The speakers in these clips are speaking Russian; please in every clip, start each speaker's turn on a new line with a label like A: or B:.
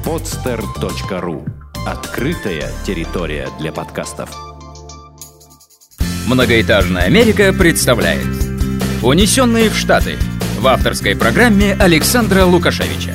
A: podster.ru. Открытая территория для подкастов.
B: Многоэтажная Америка представляет «Унесенные в Штаты» в авторской программе Александра Лукашевича.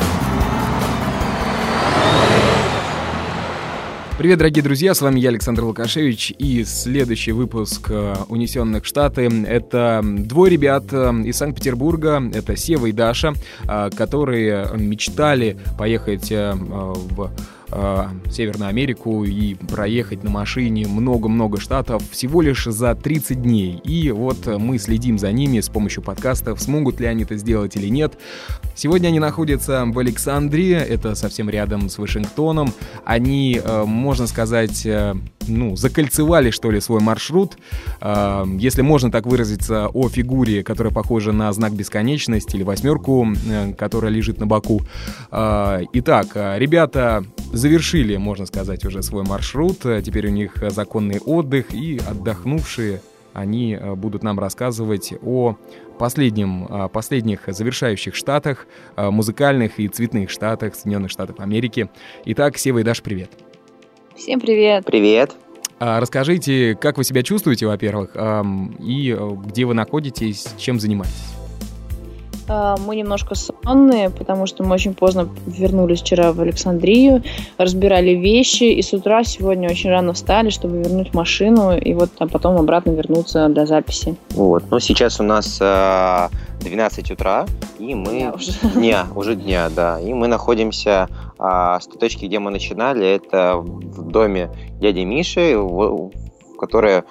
C: Привет, дорогие друзья, с вами я, Александр Лукашевич, и следующий выпуск «Унесенных в Штаты» — это двое ребят из Санкт-Петербурга, это Сева и Даша, которые мечтали поехать в Северную Америку и проехать на машине много-много штатов всего лишь за 30 дней. И вот мы следим за ними с помощью подкастов, смогут ли они это сделать или нет. Сегодня они находятся в Александрии, это совсем рядом с Вашингтоном. Они, можно сказать, закольцевали, что ли, свой маршрут. Если можно так выразиться о фигуре, которая похожа на знак бесконечности или восьмерку, которая лежит на боку. Итак, ребята завершили, можно сказать, уже свой маршрут. Теперь у них законный отдых, и отдохнувшие они будут нам рассказывать о последних завершающих штатах, музыкальных и цветных штатах Соединенных Штатов Америки. Итак, Сева и Даша, привет.
D: Всем привет.
E: Привет.
C: Расскажите, как вы себя чувствуете, во-первых, и где вы находитесь, чем занимаетесь?
D: Мы немножко сонные, потому что мы очень поздно вернулись вчера в Александрию, разбирали вещи, и с утра сегодня очень рано встали, чтобы вернуть машину, и вот потом обратно вернуться до записи.
E: Сейчас у нас 12 утра, и мы... Уже дня, да. И мы находимся с той точки, где мы начинали, это в доме дяди Миши, который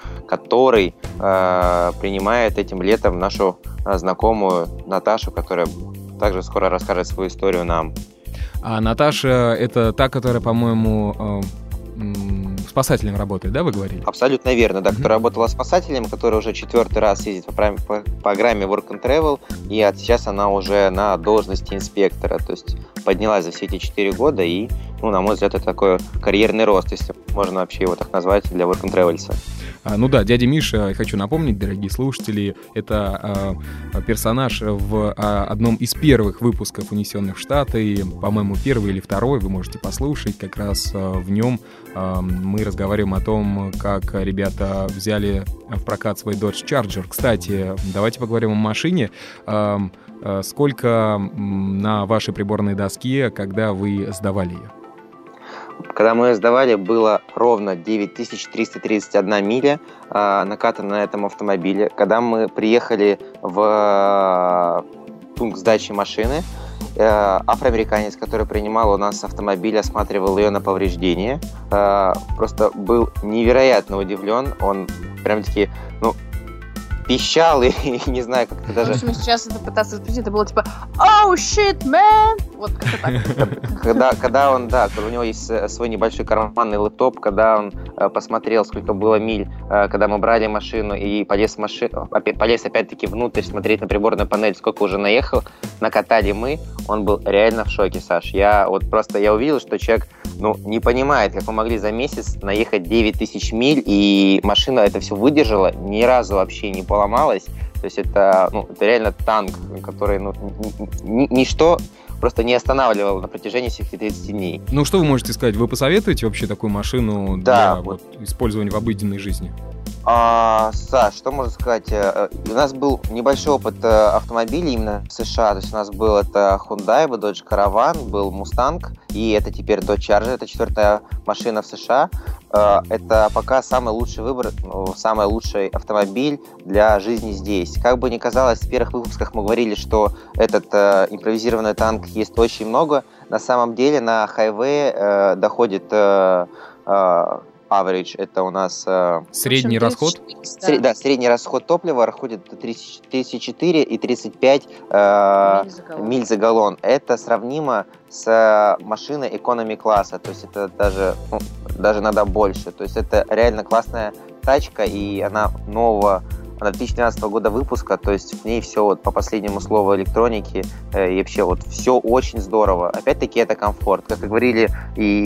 E: принимает этим летом нашу знакомую Наташу, которая также скоро расскажет свою историю нам.
C: А Наташа — это та, которая, по-моему, спасателем работает, да, вы говорили?
E: Абсолютно верно, да, которая работала спасателем, которая уже 4-й раз ездит по программе Work and Travel, и сейчас она уже на должности инспектора, то есть поднялась за все эти 4 года, и, на мой взгляд, это такой карьерный рост, если можно вообще его так назвать для Work and Travel.
C: Дядя Миша, хочу напомнить, дорогие слушатели, это персонаж в одном из первых выпусков «Унесенных в Штаты», по-моему, первый или второй, вы можете послушать, как раз в нем мы разговариваем о том, как ребята взяли в прокат свой Dodge Charger. Кстати, давайте поговорим о машине. Сколько на вашей приборной доске, когда вы сдавали ее?
E: Когда мы сдавали, было ровно 9331 миля накатана на этом автомобиле. Когда мы приехали в пункт сдачи машины, афроамериканец, который принимал у нас автомобиль, осматривал ее на повреждения, просто был невероятно удивлен. Он прям-таки, пищал, и не знаю, как это даже...
D: Если сейчас это пытаться спросить, это было типа «Oh, shit, man!» Вот как-то так.
E: Когда он, у него есть свой небольшой карманный лэптоп, когда он посмотрел, сколько было миль, когда мы брали машину и полез опять-таки внутрь смотреть на приборную панель, сколько уже накатали мы, он был реально в шоке, Саш. Я увидел, что человек, не понимает, как мы могли за месяц наехать 9000 миль, и машина это все выдержала, ни разу вообще не поломалась. То есть это реально танк, который ничто просто не останавливал на протяжении всех 30 дней.
C: Что вы можете сказать? Вы посоветуете вообще такую машину для использования в обыденной жизни?
E: Саш, что можно сказать? У нас был небольшой опыт автомобилей именно в США. То есть у нас был это Hyundai, Dodge Caravan, был Mustang, и это теперь Dodge Charger, это 4-я машина в США. Это пока самый лучший выбор, самый лучший автомобиль для жизни здесь. Как бы ни казалось, в первых выпусках мы говорили, что этот импровизированный танк есть очень много. На самом деле на хайвее доходит average, это у нас...
C: Средний расход?
E: Средний расход топлива расходит 34 и 35 миль за галлон. Это сравнимо с машиной экономи-класса, то есть это даже надо больше. То есть это реально классная тачка, и она нового, она 2012 года выпуска, то есть в ней все по последнему слову электроники, и вообще все очень здорово. Опять-таки это комфорт. Как и говорили и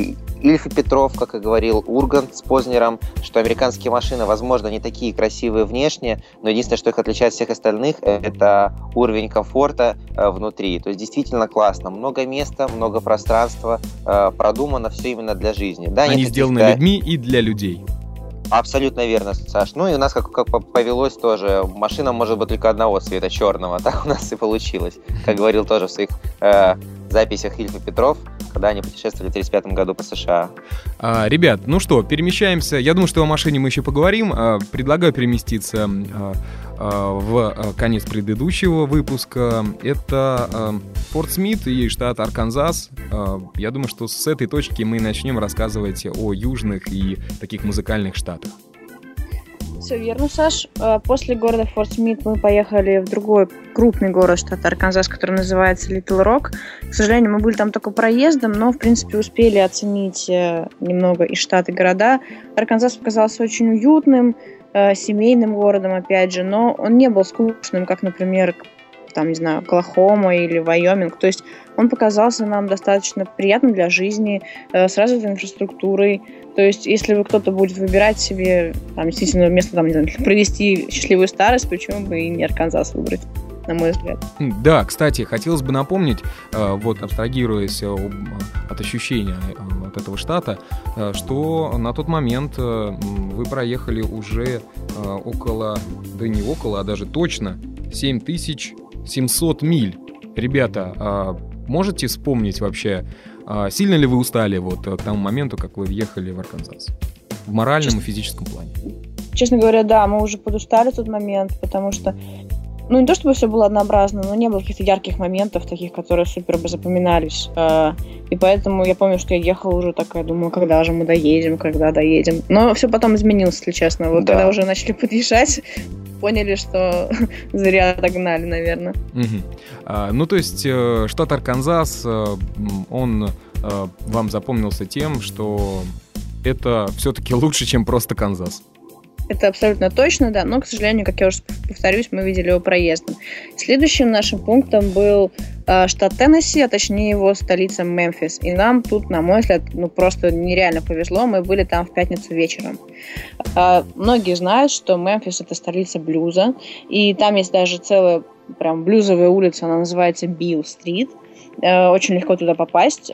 E: Ильф и Петров, как и говорил Ургант с Познером, что американские машины, возможно, не такие красивые внешне, но единственное, что их отличает от всех остальных, это уровень комфорта внутри. То есть действительно классно. Много места, много пространства, продумано все именно для жизни. Да,
C: они сделаны людьми и для людей.
E: Абсолютно верно, Саш. Ну и у нас как повелось тоже, машина может быть только одного цвета, черного. Так у нас и получилось. Как говорил тоже в своих записях Ильф и Петров, когда они путешествовали в 1935 году по США.
C: Ребят, ну что, перемещаемся. Я думаю, что о машине мы еще поговорим. Предлагаю переместиться в конец предыдущего выпуска. Это Форт Смит и штат Арканзас. Я думаю, что с этой точки мы начнем рассказывать о южных и таких музыкальных штатах.
D: Все верно, Саш. После города Форт Смит мы поехали в другой крупный город штата Арканзас, который называется Литл Рок. К сожалению, мы были там только проездом, но, в принципе, успели оценить немного и штат, и города. Арканзас показался очень уютным, семейным городом, опять же, но он не был скучным, как, например, там, не знаю, Оклахома или Вайоминг. То есть он показался нам достаточно приятным для жизни, с развитой инфраструктурой. То есть если бы кто-то будет выбирать себе там, действительно место там, не знаю, провести счастливую старость, почему бы и не Арканзас выбрать, на мой взгляд.
C: Да, кстати, хотелось бы напомнить, вот абстрагируясь от ощущения от этого штата, что на тот момент вы проехали уже около, да не около, а даже точно 7700 миль. Ребята, можете вспомнить вообще, сильно ли вы устали вот к тому моменту, как вы въехали в Арканзас? В моральном и физическом плане. Честно
D: говоря, да, мы уже подустали в тот момент, потому что, ну, не то чтобы все было однообразно, но не было каких-то ярких моментов, таких, которые супер бы запоминались. И поэтому я помню, что я ехала уже такая, думаю, когда же мы доедем, когда доедем. Но все потом изменилось, если честно. Вот да. Когда уже начали подъезжать, поняли, что зря догнали, наверное.
C: Ну, то есть штат Арканзас, он вам запомнился тем, что это все-таки лучше, чем просто Канзас.
D: Это абсолютно точно, да, но, к сожалению, как я уже повторюсь, мы видели его проездом. Следующим нашим пунктом был штат Теннесси, а точнее его столица Мемфис. И нам тут, на мой взгляд, просто нереально повезло, мы были там в пятницу вечером. Многие знают, что Мемфис — это столица блюза, и там есть даже целая прям блюзовая улица, она называется Билл-стрит. Очень легко туда попасть.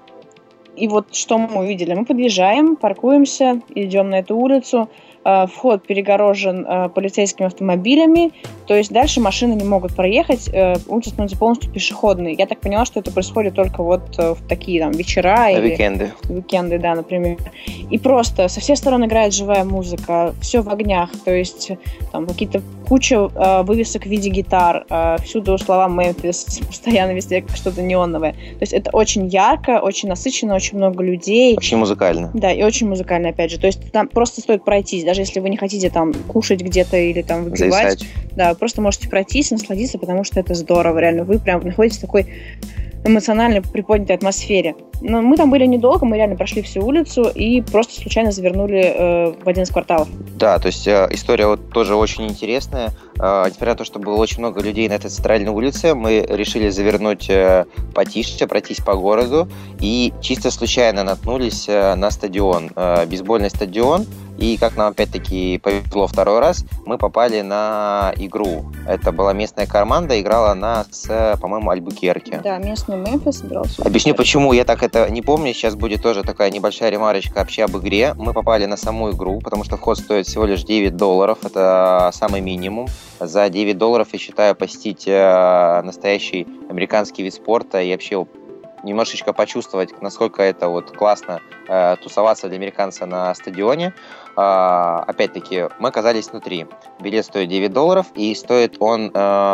D: И вот что мы увидели? Мы подъезжаем, паркуемся, идем на эту улицу. Вход перегорожен полицейскими автомобилями, то есть дальше машины не могут проехать, улица становится полностью пешеходной. Я так поняла, что это происходит только вот в такие там вечера или уикенды, да, например. И просто со всех сторон играет живая музыка, все в огнях, то есть там какие-то куча вывесок в виде гитар, всюду слова Мемфис, постоянно везде что-то неоновое. То есть это очень ярко, очень насыщенно, очень много людей.
E: Очень музыкально.
D: Да, и очень музыкально, опять же. То есть там просто стоит пройтись, даже если вы не хотите там кушать где-то или там выпивать. Да, вы просто можете пройтись, насладиться, потому что это здорово, реально. Вы прям находитесь в такой эмоционально приподнятой атмосфере. Но мы там были недолго, мы реально прошли всю улицу и просто случайно завернули в один из кварталов.
E: Да, то есть история вот тоже очень интересная. Несмотря на то, что было очень много людей на этой центральной улице, мы решили завернуть потише, пройтись по городу и чисто случайно наткнулись на стадион, бейсбольный стадион. И как нам опять-таки повезло второй раз, мы попали на игру. Это была местная команда, играла она с, по-моему, Альбукерке.
D: Да, местный Мемфис играл.
E: Объясню, почему я так это не помню. Сейчас будет тоже такая небольшая ремарочка вообще об игре. Мы попали на саму игру, потому что вход стоит всего лишь $9. Это самый минимум. За $9, я считаю, посетить настоящий американский вид спорта и вообще немножечко почувствовать, насколько это вот классно тусоваться для американца на стадионе. Опять-таки, мы оказались внутри. Билет стоит $9, и стоит он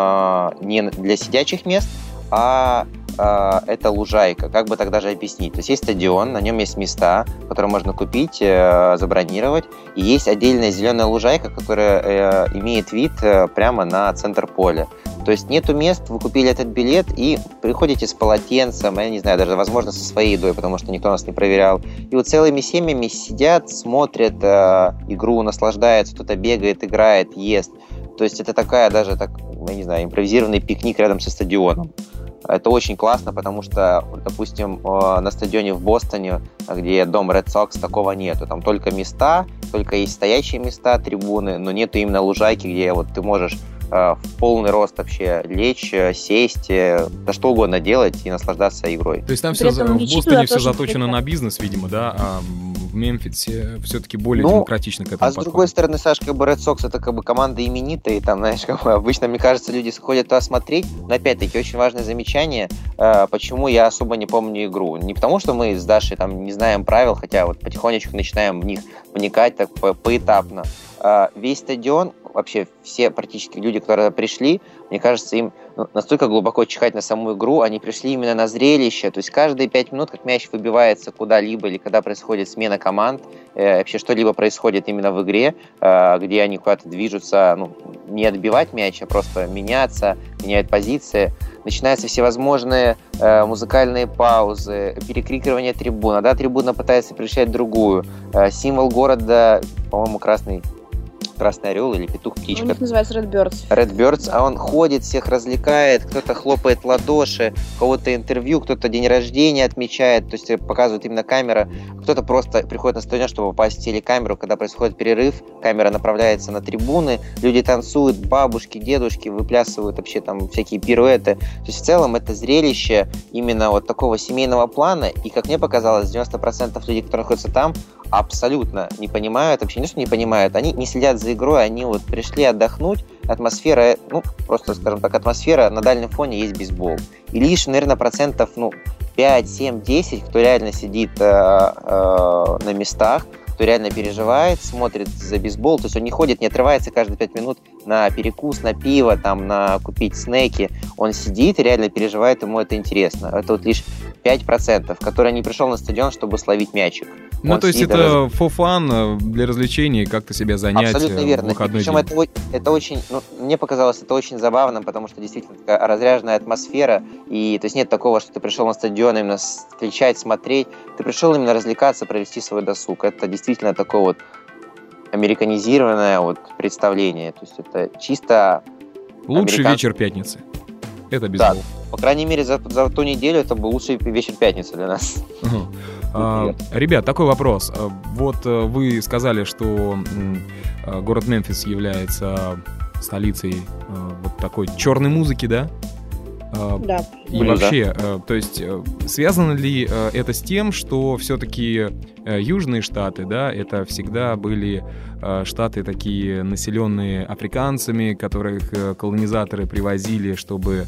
E: не для сидячих мест, а это лужайка. Как бы так даже объяснить? То есть есть стадион, на нем есть места, которые можно купить, забронировать, и есть отдельная зеленая лужайка, которая имеет вид прямо на центр поля. То есть нету мест, вы купили этот билет и приходите с полотенцем, я не знаю, даже, возможно, со своей едой, потому что никто нас не проверял. И вот целыми семьями сидят, смотрят игру, наслаждаются, кто-то бегает, играет, ест. То есть это такая даже, так, я не знаю, импровизированный пикник рядом со стадионом. Это очень классно, потому что, допустим, на стадионе в Бостоне, где дом Red Sox, такого нету. Там только места, только есть стоящие места, трибуны, но нету именно лужайки, где вот ты можешь в полный рост вообще лечь, сесть, да что угодно делать и наслаждаться игрой.
C: То есть там все, в Бостоне все заточено на бизнес, видимо, да, а в Мемфисе все-таки более демократично к этому подходят.
E: А с другой стороны, Саш, как бы Red Sox это как бы команда именитая, и там, знаешь, как бы обычно, мне кажется, люди сходят туда смотреть, но опять-таки очень важное замечание, почему я особо не помню игру. Не потому, что мы с Дашей там не знаем правил, хотя вот потихонечку начинаем в них вникать так поэтапно. Весь стадион, вообще все практически люди, которые пришли, мне кажется, им настолько глубоко чихать на саму игру, они пришли именно на зрелище, то есть каждые 5 минут, как мяч выбивается куда-либо, или когда происходит смена команд, вообще что-либо происходит именно в игре, где они куда-то движутся, не отбивать мяч, а просто меняться, меняют позиции, начинаются всевозможные музыкальные паузы, перекрикивание трибун, одна трибуна пытается пришить другую, символ города, по-моему, красный орел или петух-птичка.
D: У них называется Red Birds.
E: Red Birds, а он ходит, всех развлекает, кто-то хлопает в ладоши, у кого-то интервью, кто-то день рождения отмечает, то есть показывает именно камера, кто-то просто приходит на стадион, чтобы попасть в телекамеру, когда происходит перерыв, камера направляется на трибуны, люди танцуют, бабушки, дедушки выплясывают вообще там всякие пируэты. То есть в целом это зрелище именно вот такого семейного плана, и как мне показалось, 90% людей, которые находятся там, абсолютно не понимают, вообще не понимают, они не следят за игрой, они вот пришли отдохнуть, атмосфера, просто, скажем так, атмосфера на дальнем фоне есть бейсбол. И лишь, наверное, процентов, 5, 7, 10, кто реально сидит на местах, кто реально переживает, смотрит за бейсбол, то есть он не ходит, не отрывается каждые 5 минут на перекус, на пиво, там, на купить снеки, он сидит и реально переживает, ему это интересно. Это вот лишь 5%, который не пришел на стадион, чтобы словить мячик.
C: То есть это for fun, для развлечений, как-то себя занять.
E: Абсолютно верно.
C: В выходной
E: Причем
C: день.
E: это очень, мне показалось, это очень забавно, потому что действительно такая разряженная атмосфера, и то есть нет такого, что ты пришел на стадион именно встречать, смотреть, ты пришел именно развлекаться, провести свой досуг. Это действительно такое вот американизированное вот представление, то есть это чисто
C: лучший вечер пятницы. Это бейсбол.
E: Да, по крайней мере, за ту неделю это был лучший вечер пятницы для нас.
C: Ребят, такой вопрос. Вот вы сказали, что город Мемфис является столицей вот такой черной музыки, да?
D: Да.
C: И вообще, то есть, связано ли это с тем, что все-таки южные штаты, да, это всегда были штаты такие населенные африканцами, которых колонизаторы привозили, чтобы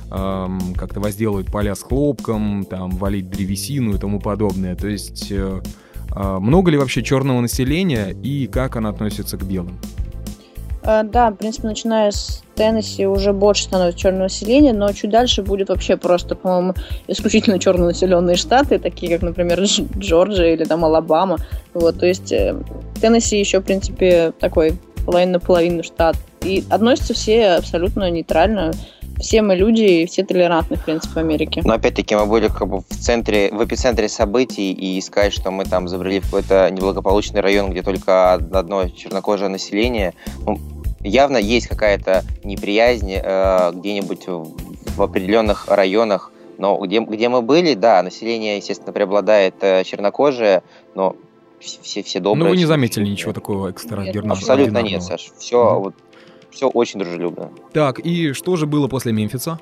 C: как-то возделывать поля с хлопком, там, валить древесину и тому подобное. То есть, много ли вообще черного населения и как оно относится к белым?
D: Да, в принципе, начиная с Теннесси уже больше становится черного населения, но чуть дальше будет вообще просто, по-моему, исключительно чернонаселенные штаты, такие как, например, Джорджия или там Алабама. Вот, то есть Теннесси еще, в принципе, такой половина на половину штат. И относятся все абсолютно нейтрально. Все мы люди, и все толерантны, в принципе, в Америке. Но
E: опять-таки мы были как бы в эпицентре событий, и сказать, что мы там забрели в какой-то неблагополучный район, где только одно чернокожее население, явно есть какая-то неприязнь где-нибудь в определенных районах, но где мы были, да, население, естественно, преобладает чернокожее, но все добрые.
C: Ну, вы не заметили ничего такого экстраординарного?
E: Абсолютно нет, Саш. Все очень дружелюбно.
C: Так, и что же было после Мемфиса?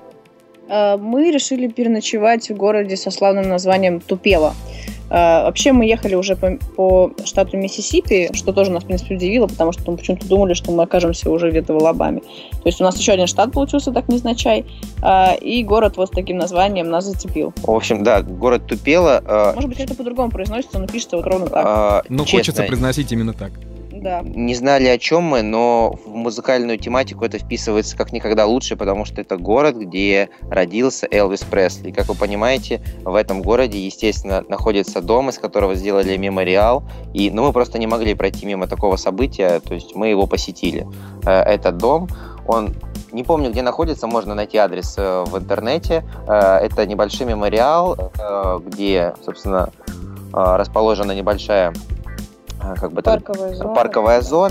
D: Мы решили переночевать в городе со славным названием Тупело. Вообще мы ехали уже по штату Миссисипи, что тоже нас, в принципе, удивило, потому что мы почему-то думали, что мы окажемся уже где-то в Алабаме. То есть у нас еще один штат получился так невзначай, и город вот с таким названием нас зацепил.
E: В общем, да, город Тупело.
D: Может быть, это по-другому произносится, но пишется вот ровно так.
C: Но хочется произносить именно так.
D: Да.
E: Не знали, о чем мы, но в музыкальную тематику это вписывается как никогда лучше, потому что это город, где родился Элвис Пресли. И, как вы понимаете, в этом городе, естественно, находится дом, из которого сделали мемориал. И мы просто не могли пройти мимо такого события, то есть мы его посетили. Этот дом, он... Не помню, где находится, можно найти адрес в интернете. Это небольшой мемориал, где, собственно, расположена небольшая...
D: парковая
E: зона,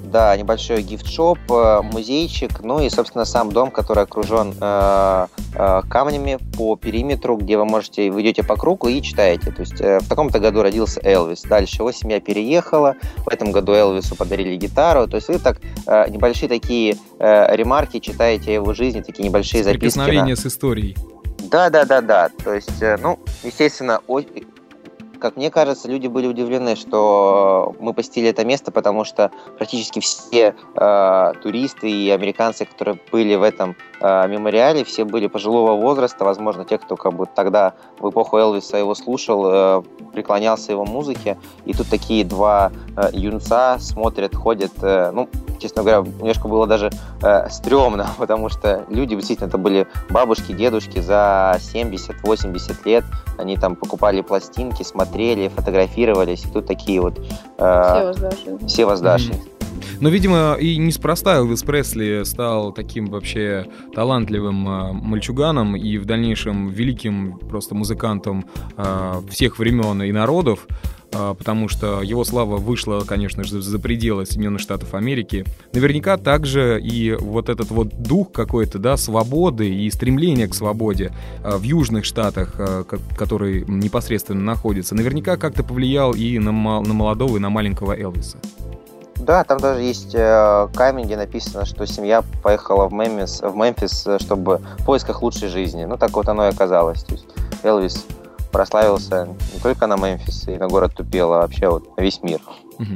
E: Да, небольшой гифт-шоп, музейчик, ну и, собственно, сам дом, который окружен камнями по периметру, где вы идете по кругу и читаете. То есть в таком-то году родился Элвис. Дальше его семья переехала, в этом году Элвису подарили гитару. То есть вы так небольшие такие ремарки читаете о его жизни, такие небольшие записки.
C: Прикосновение с историей.
E: Да. То есть, естественно, как мне кажется, люди были удивлены, что мы посетили это место, потому что практически все туристы и американцы, которые были в этом мемориале, все были пожилого возраста, возможно, те, кто как бы тогда в эпоху Элвиса его слушал, преклонялся его музыке, и тут такие два юнца смотрят, ходят, честно говоря, немножко было даже стрёмно, потому что люди, действительно, это были бабушки, дедушки за 70-80 лет, они там покупали пластинки, смотрели, фотографировались, и тут такие вот... Все воздаши.
C: Но, видимо, и неспроста Элвис Пресли стал таким вообще талантливым мальчуганом и в дальнейшем великим просто музыкантом всех времен и народов, потому что его слава вышла, конечно же, за пределы Соединенных Штатов Америки. Наверняка также и вот этот вот дух какой-то, да, свободы и стремление к свободе в Южных Штатах, который непосредственно находится, наверняка как-то повлиял и на молодого, и на маленького Элвиса.
E: Да, там даже есть камень, где написано, что семья поехала в Мемфис, чтобы в поисках лучшей жизни. Так вот оно и оказалось. То есть Элвис прославился не только на Мемфис и на город Тупело, а вообще вот на весь мир.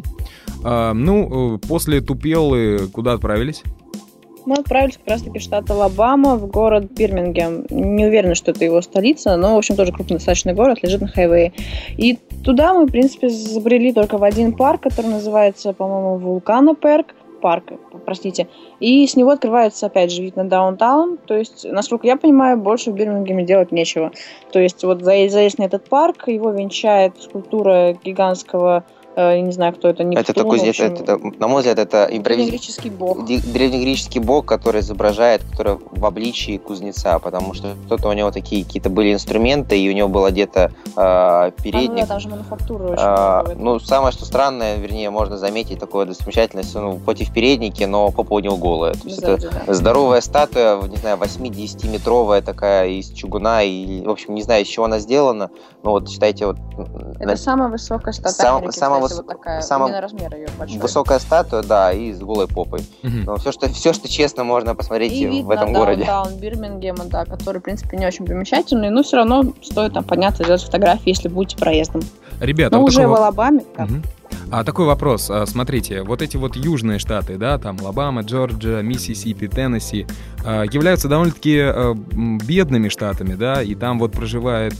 C: После Тупелы куда отправились?
D: Мы отправились как раз-таки в штат Алабама, в город Бирмингем. Не уверена, что это его столица, но, в общем, тоже крупный достаточно город, лежит на хайвее. И туда мы, в принципе, забрели только в один парк, который называется, по-моему, Вулкано парк, и с него открывается, опять же, вид на даунтаун. То есть, насколько я понимаю, больше в Бирмингеме делать нечего. То есть, вот заезд на этот парк, его венчает скульптура гигантского... Я не знаю, кто это, Нептун.
E: На мой взгляд, это
D: древнегреческий бог.
E: Древнегреческий бог, который изображает, который в обличии кузнеца, потому что кто-то у него такие какие-то были инструменты, и у него был одето передник.
D: Там же мануфактура очень
E: самое, что странное, вернее, можно заметить такое достопримечательность, хоть и в переднике, но попа у него голая. То есть это здоровая статуя, не знаю, 8-10-метровая такая из чугуна, и, в общем, не знаю, из чего она сделана, но вот считайте, вот...
D: Это самая высокая статуя Америки. Вот такая, именно размер ее большой.
E: Высокая статуя, да, и с голой попой. Но все, что честно можно посмотреть в этом городе. И
D: даунтаун Бирмингема, да, который, в принципе, не очень примечательный, но все равно стоит там подняться и сделать фотографии, если будете проездом.
C: Ребята,
D: но уже в Алабаме.
C: Такой вопрос. Смотрите, вот эти вот южные штаты, да, там Алабама, Джорджия, Миссисипи, Теннесси, являются довольно-таки бедными штатами, да, и там вот проживает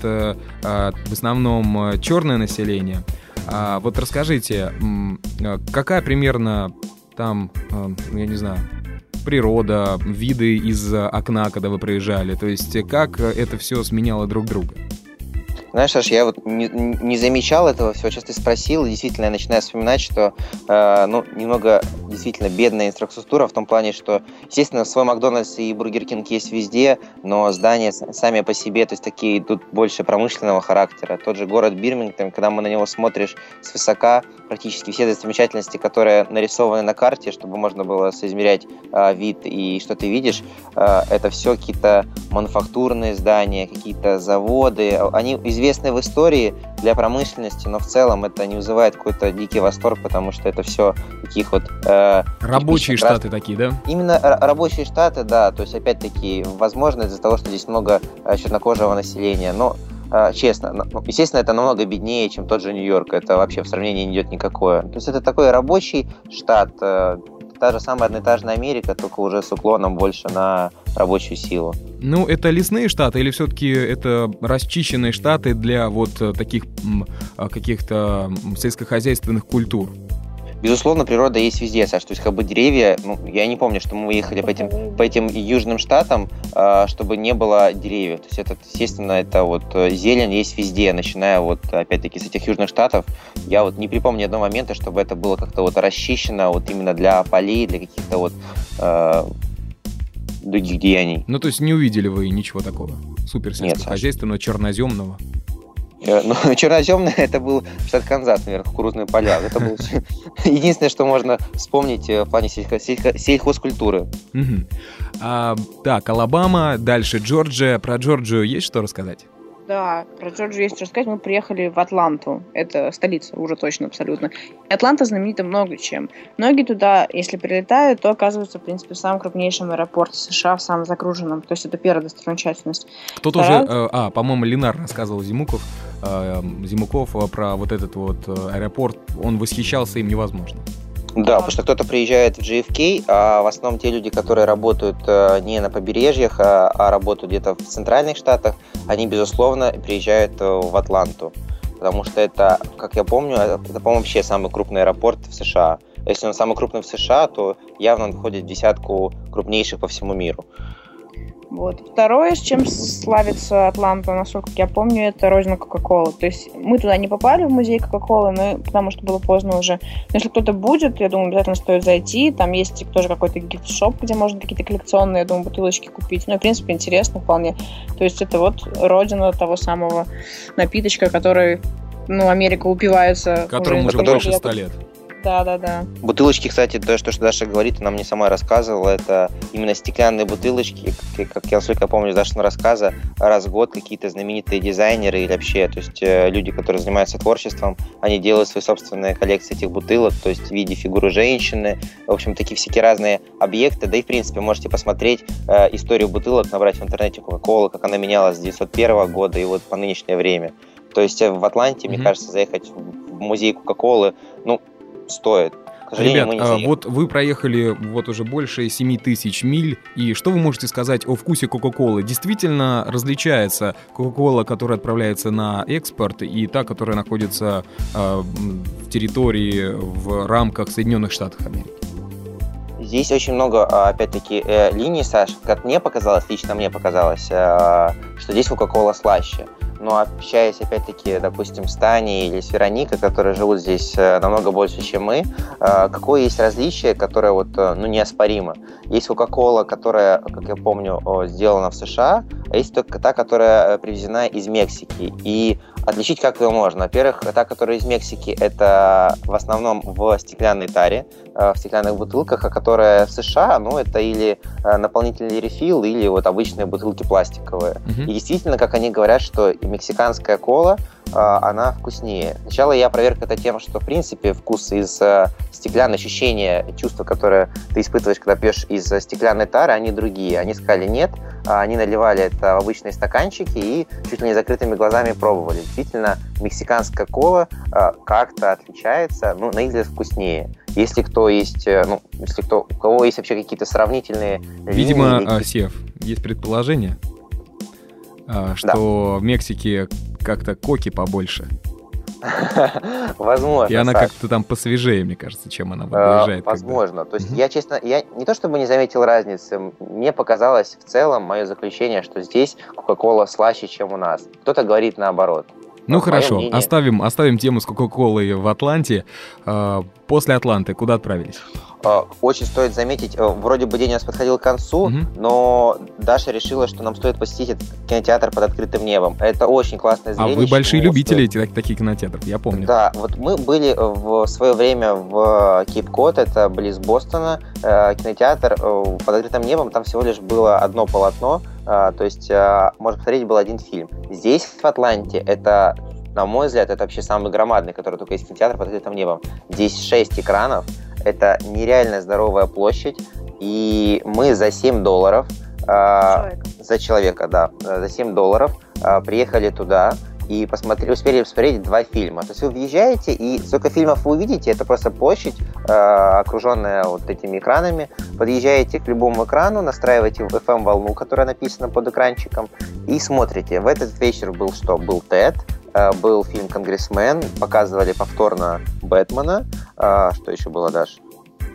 C: в основном черное население. Вот расскажите, какая примерно там, я не знаю, природа, виды из окна, когда вы проезжали? То есть как это все сменяло друг друга?
E: Знаешь, Саш, я вот не замечал этого всего, сейчас ты спросил, и действительно я начинаю вспоминать, что немного действительно бедная инфраструктура в том плане, что, естественно, свой Макдональдс и Бургер Кинг есть везде, но здания сами по себе, то есть такие тут больше промышленного характера. Тот же город Бирмингем, когда мы на него смотришь свысока, практически все достопримечательности, которые нарисованы на карте, чтобы можно было соизмерять вид и что ты видишь, это все какие-то мануфактурные здания, какие-то заводы, они известны в истории для промышленности, но в целом это не вызывает какой-то дикий восторг, потому что это все таких вот...
C: рабочие штаты такие, да?
E: Именно рабочие штаты, да, то есть опять-таки возможно из-за того, что здесь много чернокожего населения, но честно, естественно, это намного беднее, чем тот же Нью-Йорк, это вообще в сравнении не идет никакое. То есть это такой рабочий штат, та же самая одноэтажная Америка, только уже с уклоном больше на рабочую силу.
C: Это лесные штаты или все-таки это расчищенные штаты для вот таких каких-то сельскохозяйственных культур?
E: Безусловно, природа есть везде, Саш. То есть, деревья... я не помню, что мы выехали по этим южным штатам, чтобы не было деревьев. То есть, это, естественно, это вот зелень есть везде, начиная вот, опять-таки, с этих южных штатов. Я вот не припомню ни одного момента, чтобы это было как-то вот расчищено вот именно для полей, для каких-то вот других деяний.
C: То есть, не увидели вы ничего такого суперсельскохозяйственного, черноземного?
E: Ну, черноземное это был штат Канзас, наверное, кукурузные поля. Это было единственное, что можно вспомнить в плане сельхозкультуры.
C: Так, Алабама, дальше Джорджия. Про Джорджию есть что рассказать?
D: Да, про Джорджию есть что рассказать. Мы приехали в Атланту. Это столица, уже точно, абсолютно. И Атланта знаменита много чем. Многие туда, если прилетают, то оказываются, в принципе, в самом крупнейшем аэропорте США, в самом загруженном. То есть это первая достопримечательность.
C: Кто-то уже, по-моему, Ленар рассказывал Зимуков про вот этот вот аэропорт. Он восхищался им невозможно.
E: Да, потому что кто-то приезжает в JFK, а в основном те люди, которые работают не на побережьях, а работают где-то в центральных штатах, они, безусловно, приезжают в Атланту. Потому что это, как я помню, это, по-моему, вообще самый крупный аэропорт в США. Если он самый крупный в США, то явно он входит в десятку крупнейших по всему миру.
D: Вот. Второе, с чем славится Атланта, насколько я помню, это родина Кока-Колы. То есть мы туда не попали, в музей Кока-Колы, потому что было поздно уже. Но если кто-то будет, я думаю, обязательно стоит зайти. Там есть тоже какой-то гифт-шоп, где можно какие-то коллекционные, я думаю, бутылочки купить. Ну, в принципе, интересно вполне. То есть это вот родина того самого напиточка, который, Америка упивается.
C: Которому уже больше 100 лет.
D: Да.
E: Бутылочки, кстати, то, что Даша говорит, она мне сама рассказывала, это именно стеклянные бутылочки, как я, насколько я помню из Дашиного рассказа, раз в год какие-то знаменитые дизайнеры или вообще, то есть люди, которые занимаются творчеством, они делают свои собственные коллекции этих бутылок, то есть в виде фигуры женщины, в общем, такие всякие разные объекты, да и, в принципе, можете посмотреть историю бутылок, набрать в интернете Coca-Cola, как она менялась с 1901 года и вот по нынешнее время. То есть в Атланте, мне кажется, заехать в музей Coca-Cola, стоит. К сожалению, мы не заехали.
C: Вот вы проехали вот уже больше 7000 миль, и что вы можете сказать о вкусе Кока-Колы? Действительно различается Кока-Кола, которая отправляется на экспорт, и та, которая находится в территории, в рамках Соединенных Штатов Америки?
E: Здесь очень много, опять-таки, линий, Саш. Как лично мне показалось, что здесь Кока-Кола слаще. Но общаясь, опять-таки, допустим, с Таней или с Вероникой, которые живут здесь намного больше, чем мы, какое есть различие, которое неоспоримо. Есть Кока-Кола, которая, как я помню, сделана в США, а есть только та, которая привезена из Мексики. И отличить как ее можно? Во-первых, та, которая из Мексики, это в основном в стеклянной таре, в стеклянных бутылках, а которая в США, это или наполнительный рефил, или вот обычные бутылки пластиковые. И действительно, как они говорят, что мексиканская кола, она вкуснее. Сначала я проверка это тем, что, в принципе, вкус из стеклянной, ощущения, чувства, которые ты испытываешь, когда пьешь из стеклянной тары, они другие. Они сказали нет, они наливали это в обычные стаканчики и чуть ли не закрытыми глазами пробовали. Действительно, мексиканская кола как-то отличается, на их взгляд, вкуснее. Если кто есть, у кого есть вообще какие-то сравнительные
C: Видимо,
E: линии...
C: Сев, есть предположение, что в Мексике как-то коки побольше.
E: Возможно.
C: И она как-то там посвежее, мне кажется, чем она выезжает.
E: Возможно. То есть я не то чтобы не заметил разницы, мне показалось в целом, мое заключение, что здесь Кока-Кола слаще, чем у нас. Кто-то говорит наоборот.
C: Хорошо, оставим тему с Кока-Колой в Атланте. После Атланты куда отправились?
E: Очень стоит заметить, вроде бы день у нас подходил к концу, но Даша решила, что нам стоит посетить этот кинотеатр под открытым небом. Это очень классное зрелище.
C: А вы большие любители таких кинотеатров, я помню.
E: Да, вот мы были в свое время в Кейп-Кот, это близ Бостона, кинотеатр под открытым небом, там всего лишь было одно полотно, то есть можно посмотреть был один фильм. Здесь, в Атланте, это, на мой взгляд, это вообще самый громадный, который только есть кинотеатр под открытым небом. Здесь 6 экранов. Это нереально здоровая площадь, и мы за $7 за человека, да, за $7 приехали туда и успели посмотреть 2 фильма. То есть вы въезжаете, и сколько фильмов вы увидите, это просто площадь, окруженная вот этими экранами. Подъезжаете к любому экрану, настраиваете FM-волну, которая написана под экранчиком, и смотрите. В этот вечер был что? Был Тед, был фильм «Конгрессмен», показывали повторно «Бэтмена». Что еще было, Даш?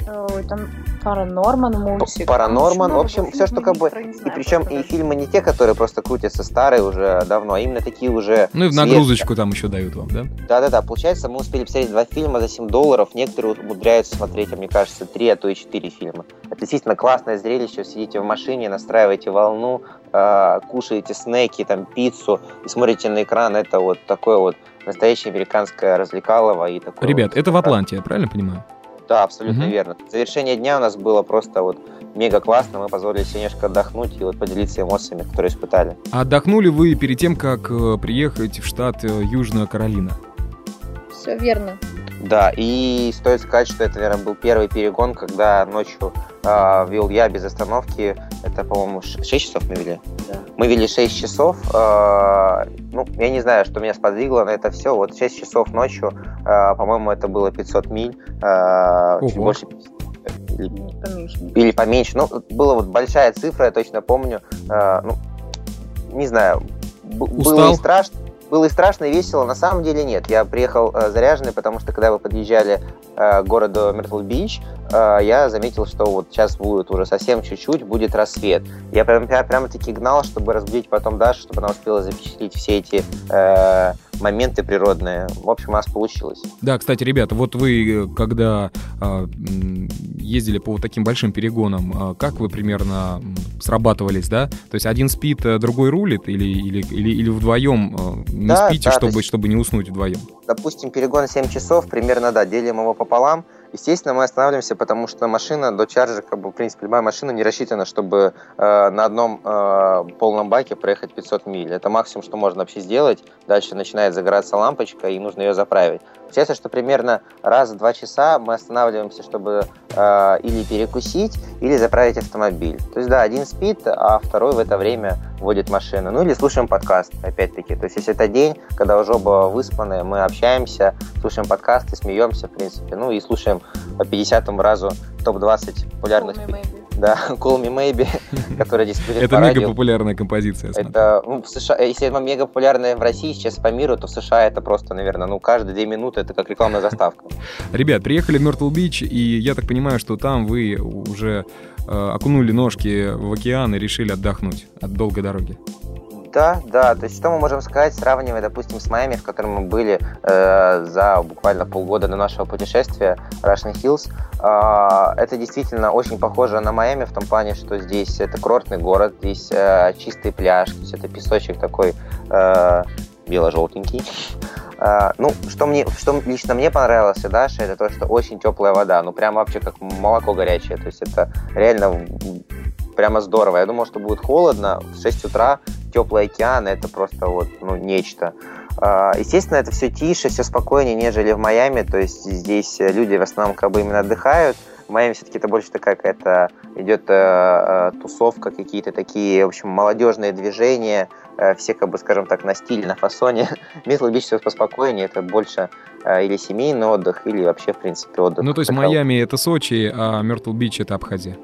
D: Там Паранорман мультик.
E: Паранорман, в общем, все, что как бы... И причем и фильмы не те, которые просто крутятся старые уже давно, а именно такие уже...
C: Ну и в нагрузочку там еще дают вам, да?
E: Да-да-да, получается, мы успели посмотреть 2 фильма за $7, некоторые умудряются смотреть, мне кажется, 3, а то и 4 фильма. Это действительно классное зрелище, сидите в машине, настраиваете волну, кушаете снеки, там, пиццу и смотрите на экран, это вот такое вот настоящее американское развлекалово. И такое.
C: Ребят, это в Атланте, я правильно понимаю?
E: Да, абсолютно верно. Завершение дня у нас было просто вот мега классно, мы позволили себе немножко отдохнуть и вот поделиться эмоциями, которые испытали.
C: А отдохнули вы перед тем, как приехать в штат Южная Каролина?
D: Все верно.
E: Да, и стоит сказать, что это, наверное, был первый перегон, когда ночью вел я без остановки. Это, по-моему, 6 часов мы вели?
D: Да.
E: Мы вели 6 часов. Ну, я не знаю, что меня сподвигло на это все. Вот 6 часов ночью, по-моему, это было 500 миль. Чуть больше. Или поменьше. Ну, была вот большая цифра, я точно помню. Ну, не знаю, было и страшно. Было и страшно, и весело. На самом деле нет. Я приехал заряженный, потому что когда вы подъезжали к городу Миртл-Бич, я заметил, что вот сейчас будет уже совсем чуть-чуть, будет рассвет. Я прямо-таки гнал, чтобы разбудить потом Дашу, чтобы она успела запечатлеть все эти моменты природные. В общем, у нас получилось.
C: Да, кстати, ребята, вот вы, когда ездили по вот таким большим перегонам, как вы примерно срабатывались, да? То есть один спит, другой рулит, или вдвоем не спите, чтобы не уснуть вдвоем?
E: Допустим, перегон 7 часов, примерно, да, делим его пополам. Естественно, мы останавливаемся, потому что машина, Dodge Charger, как бы, в принципе, любая машина не рассчитана, чтобы на одном полном баке проехать 500 миль. Это максимум, что можно вообще сделать. Дальше начинает загораться лампочка, и нужно ее заправить. Получается, что примерно раз в 2 часа мы останавливаемся, чтобы или перекусить, или заправить автомобиль. То есть, да, один спит, а второй в это время водит машину. Ну, или слушаем подкаст, опять-таки. То есть, если это день, когда уже оба выспаны, мы общаемся, слушаем подкасты, смеемся, в принципе. Ну, и слушаем по 50-му разу топ-20 популярных... Да, Call Me Maybe, которая здесь будет
C: это мега популярная композиция.
E: Это, ну, в США, если она мега популярная в России, сейчас по миру, то в США это просто, наверное, каждые 2 минуты это как рекламная заставка. Ребят,
C: приехали в Миртл-Бич, и я так понимаю, что там вы уже окунули ножки в океан и решили отдохнуть от долгой дороги.
E: Да, то есть что мы можем сказать, сравнивая, допустим, с Майами, в котором мы были за буквально полгода до нашего путешествия, Russian Hills. Это действительно очень похоже на Майами в том плане, что здесь это курортный город, здесь чистый пляж, то есть это песочек такой бело-желтенький. Ну, что лично мне понравилось, Даша, это то, что очень теплая вода, ну прям вообще как молоко горячее, то есть это реально прямо здорово. Я думал, что будет холодно, в 6 утра теплый океан, это просто вот, нечто. Естественно, это все тише, все спокойнее, нежели в Майами, то есть здесь люди в основном как бы именно отдыхают. В Майами все-таки это больше такая какая-то идет тусовка, какие-то такие, в общем, молодежные движения, все, как бы, скажем так, на стиле, на фасоне. Миртл-Бич все поспокойнее, это больше или семейный отдых, или вообще, в принципе, отдых.
C: Ну, то есть Майами — это Сочи, а Миртл-Бич — это Абхазия.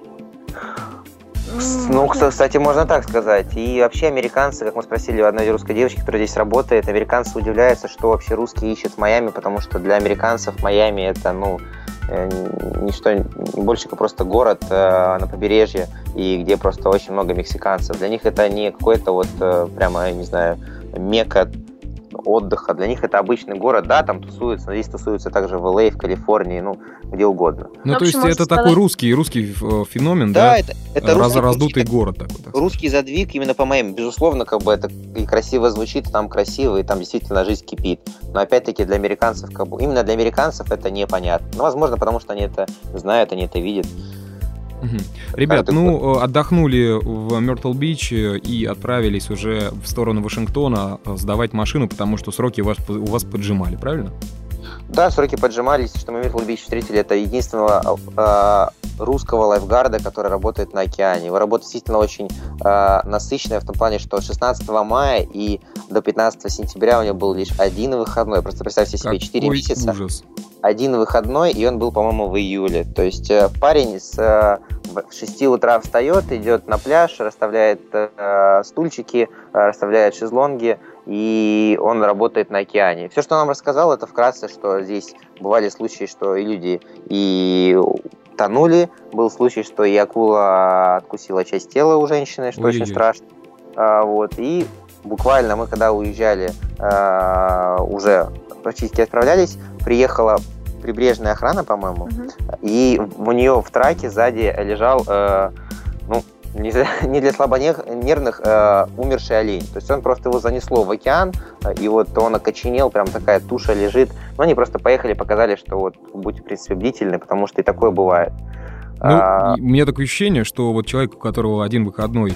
E: Ну, кстати, можно так сказать. И вообще американцы, как мы спросили у одной русской девочки, которая здесь работает, американцы удивляются, что вообще русские ищут в Майами, потому что для американцев Майами это, ничто больше, как просто город на побережье, и где просто очень много мексиканцев. Для них это не какой-то вот прямо, я не знаю, мекка отдыха. Для них это обычный город, да, там тусуются, но здесь тусуются также в Л.А., в Калифорнии, где угодно.
C: Ну, то есть это такой русский феномен,
E: да? Это
C: раздутый город такой.
E: Русский задвиг именно по Майами. Безусловно, как бы это и красиво звучит, там красиво, и там действительно жизнь кипит. Но опять-таки для американцев, как бы, именно для американцев это непонятно. Ну, возможно, потому что они это знают, они это видят.
C: Ребят, отдохнули в Миртл-Бич и отправились уже в сторону Вашингтона сдавать машину, потому что сроки у вас поджимали, правильно?
E: Да, сроки поджимались, что мы в Миртл-Бич встретили, это единственного русского лайфгарда, который работает на океане. Его работа действительно очень насыщенная в том плане, что 16 мая и до 15 сентября у него был лишь один выходной. Просто представьте себе, 4 месяца.
C: Ужас.
E: Один выходной, и он был, по-моему, в июле. То есть парень в 6 утра встает, идет на пляж, расставляет стульчики, расставляет шезлонги, и он работает на океане. Все, что он нам рассказал, это вкратце, что здесь бывали случаи, что и люди и тонули. Был случай, что и акула откусила часть тела у женщины, что очень страшно. Вот. И буквально мы, когда уезжали, уже практически отправлялись, приехала прибрежная охрана, по-моему, и у нее в траке сзади лежал, не для слабонервных, умерший олень. То есть он просто его занесло в океан, и вот он окоченел, прям такая туша лежит. Но они просто поехали, показали, что вот будьте, в принципе, бдительны, потому что и такое бывает.
C: У меня такое ощущение, что вот человек, у которого один выходной,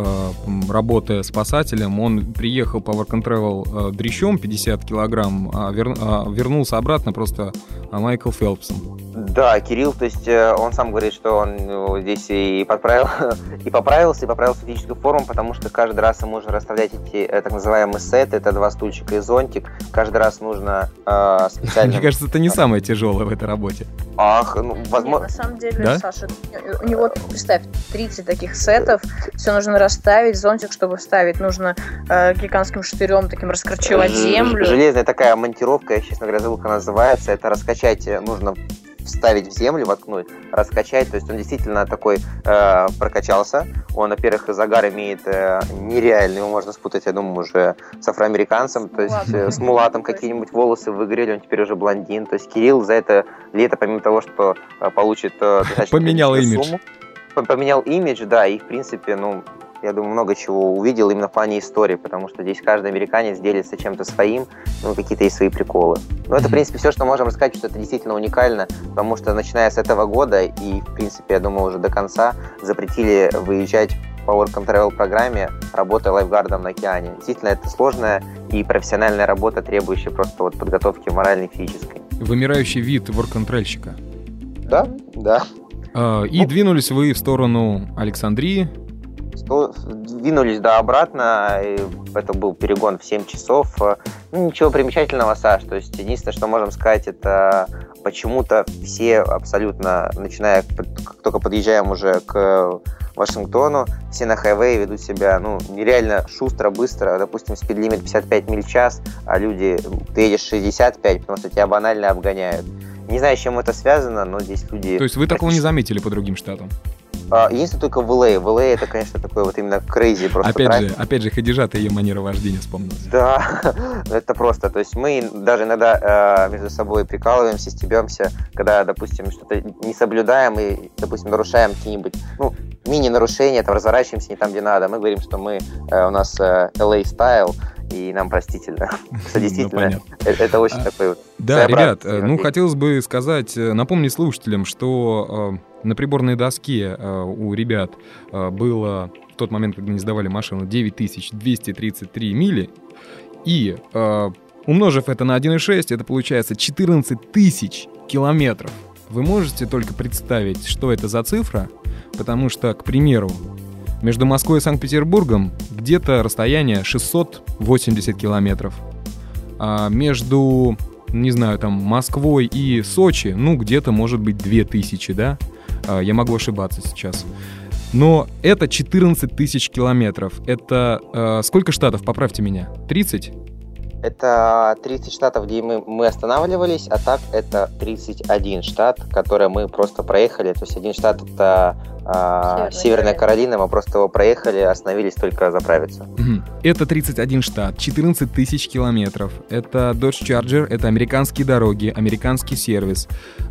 C: работая спасателем, он приехал по Work and Travel дрищом 50 килограмм, а вернулся обратно просто Майкл Фелпсом.
E: Да, Кирилл, то есть он сам говорит, что он здесь и поправился в физическую форму, потому что каждый раз ему нужно расставлять эти так называемые сеты, это 2 стульчика и зонтик. Каждый раз нужно специально...
C: Мне кажется, это не самое тяжелое в этой работе.
E: Возможно...
D: На самом деле, да? Саша, у него, представь, 30 таких сетов, все нужно расставить, зонтик, чтобы вставить, нужно гигантским штырем таким раскорчевать землю.
E: Железная такая монтировка, я, честно говоря, забыл, как она называется, это раскачать нужно... вставить в землю, воткнуть, раскачать. То есть он действительно такой прокачался. Он, во-первых, загар имеет нереальный, его можно спутать, я думаю, уже с афроамериканцем. То есть с мулатом какие-нибудь волосы выгорели, он теперь уже блондин. То есть Кирилл за это лето, помимо того, что получит
C: поменял имидж.
E: Поменял имидж, да, и в принципе, я думаю, много чего увидел именно в плане истории, потому что здесь каждый американец делится чем-то своим, какие-то есть свои приколы. Но это, в принципе, все, что можем рассказать, что это действительно уникально, потому что, начиная с этого года и, в принципе, я думаю, уже до конца, запретили выезжать по Work and Travel программе, работая лайфгардом на океане. Действительно, это сложная и профессиональная работа, требующая просто вот подготовки моральной и физической.
C: Вымирающий вид Work and Trailщика.
E: Да.
C: И двинулись вы в сторону Александрии.
E: Двинулись, обратно. Это был перегон в 7 часов. Ничего примечательного, Саш. То есть, единственное, что можем сказать, это почему-то все абсолютно, начиная, как только подъезжаем уже к Вашингтону, все на хайвее ведут себя, нереально шустро, быстро. Допустим, спидлимит 55 миль в час, а ты едешь 65, потому что тебя банально обгоняют. Не знаю, с чем это связано, но здесь люди...
C: То есть вы такого не заметили по другим штатам?
E: Единственное, только в Л.А. В Л.А. это, конечно, такой вот именно crazy просто
C: опять же, Хадижат и ее манера вождения вспомнилась.
E: Да, это просто. То есть мы даже иногда между собой прикалываемся, стебемся, когда, допустим, что-то не соблюдаем и, допустим, нарушаем какие-нибудь, мини-нарушения, разворачиваемся не там, где надо. Мы говорим, что у нас Л.А. стайл, и нам простительно. Что действительно, это очень такой вот...
C: Да, ребят, хотелось бы сказать, напомнить слушателям, что на приборной доске у ребят было в тот момент, когда они сдавали машину, 9233 мили, и умножив это на 1,6, это получается 14 тысяч километров. Вы можете только представить, что это за цифра, потому что, к примеру, между Москвой и Санкт-Петербургом где-то расстояние 680 километров. А между, Москвой и Сочи, где-то, может быть, 2000, да? Я могу ошибаться сейчас. Но это 14 тысяч километров. Это сколько штатов, поправьте меня? 30?
E: Это 30 штатов, где мы останавливались, а так это 31 штат, который мы просто проехали. То есть один штат — это Северная Каролина, мы просто его проехали, остановились только заправиться.
C: Это 31 штат, 14 тысяч километров. Это Dodge Charger, это американские дороги, американский сервис.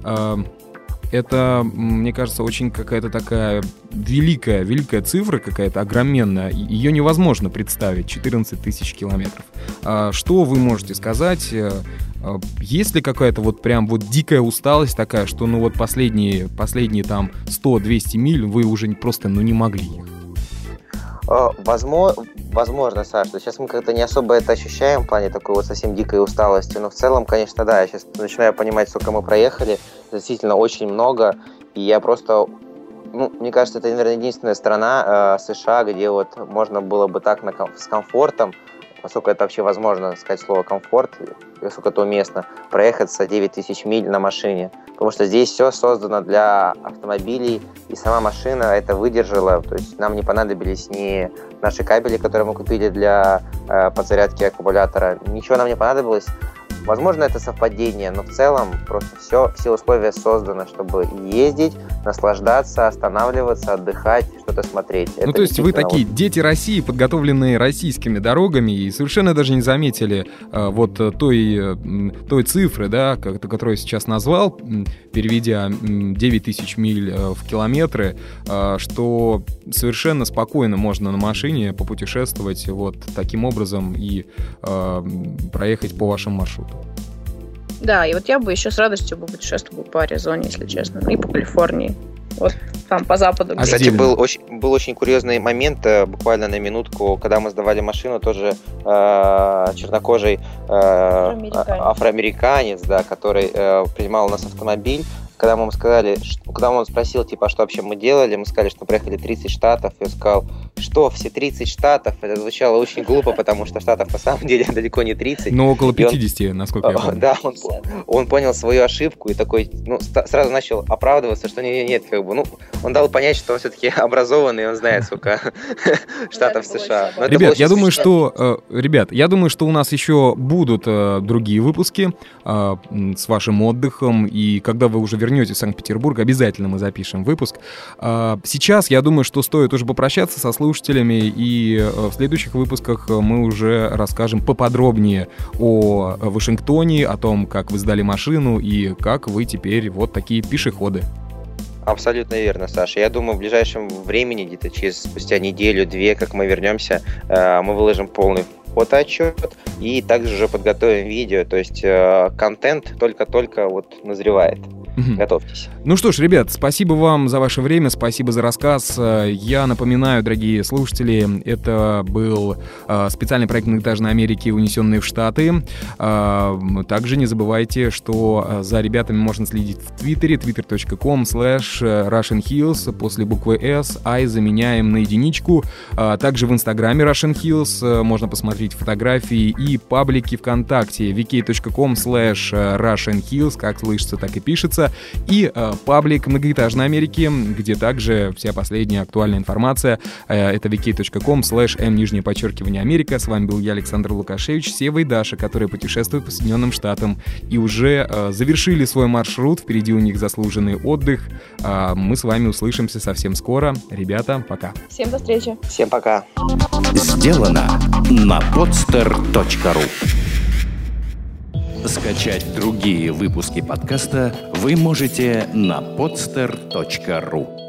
C: Это, мне кажется, очень какая-то такая великая цифра, какая-то огроменная. Ее невозможно представить, 14 тысяч километров. Что вы можете сказать? Есть ли какая-то прям дикая усталость такая, что последние там 100-200 миль вы уже просто не могли их?
E: Возможно, Саш, что сейчас мы как-то не особо это ощущаем в плане такой совсем дикой усталости, но в целом, конечно, да, я сейчас начинаю понимать, сколько мы проехали, действительно очень много, и я просто, мне кажется, это, наверное, единственная страна США, где можно было бы так с комфортом, насколько это вообще возможно сказать слово комфорт, насколько это уместно, проехаться 9000 миль на машине. Потому что здесь все создано для автомобилей, и сама машина это выдержала. То есть нам не понадобились ни наши кабели, которые мы купили для подзарядки аккумулятора. Ничего нам не понадобилось. Возможно, это совпадение, но в целом просто все условия созданы, чтобы ездить, наслаждаться, останавливаться, отдыхать, что-то смотреть.
C: Ну, то есть вы такие дети России, подготовленные российскими дорогами, и совершенно даже не заметили той цифры, да, которую я сейчас назвал, переведя 9000 миль в километры, что совершенно спокойно можно на машине попутешествовать вот таким образом и проехать по вашему маршруту.
D: Да, и вот я бы еще с радостью путешествовала по Аризоне, если честно, и по Калифорнии. Вот там, по западу.
E: Кстати, был очень курьезный момент, буквально на минутку, когда мы сдавали машину, тоже чернокожий афроамериканец, да, который принимал у нас автомобиль. Когда мы ему сказали, когда он спросил, типа, что вообще мы делали, мы сказали, что проехали 30 штатов, и он сказал, что, все 30 штатов? Это звучало очень глупо, потому что штатов на самом деле далеко не 30.
C: Но около 50, насколько я помню.
E: Да, он понял свою ошибку и такой, сразу начал оправдываться, что нет, как бы, он дал понять, что он все-таки образованный, и он знает, сколько штатов США.
C: Ребят, я думаю, что у нас еще будут другие выпуски с вашим отдыхом, и когда вы уже вернетесь в Санкт-Петербург, обязательно мы запишем выпуск. Сейчас, я думаю, что стоит уже попрощаться со слушателями, и в следующих выпусках мы уже расскажем поподробнее о Вашингтоне, о том, как вы сдали машину и как вы теперь вот такие пешеходы.
E: Абсолютно верно, Саша. Я думаю, в ближайшем времени, где-то спустя неделю-две, как мы вернемся, мы выложим полный фотоотчет и также уже подготовим видео. То есть контент только-только назревает. Готовьтесь.
C: Ну что ж, ребят, спасибо вам за ваше время, спасибо за рассказ. Я напоминаю, дорогие слушатели, это был специальный проект «Многоэтажной Америки. Унесенные в Штаты». Также не забывайте, что за ребятами можно следить в Твиттере, twitter.com/RussianHills, после буквы S, I заменяем на единичку. Также в Инстаграме RussianHills можно посмотреть фотографии и паблики ВКонтакте, vk.com/RussianHills, как слышится, так и пишется. И паблик «Многоэтажной Америки», где также вся последняя актуальная информация. Это vk.com/m_Америка. С вами был я, Александр Лукашевич, Сева и Даша, которые путешествуют по Соединенным Штатам и уже завершили свой маршрут. Впереди у них заслуженный отдых. Мы с вами услышимся совсем скоро. Ребята, пока.
D: Всем до встречи.
E: Всем пока.
A: Сделано на podster.ru. Скачать другие выпуски подкаста вы можете на podster.ru.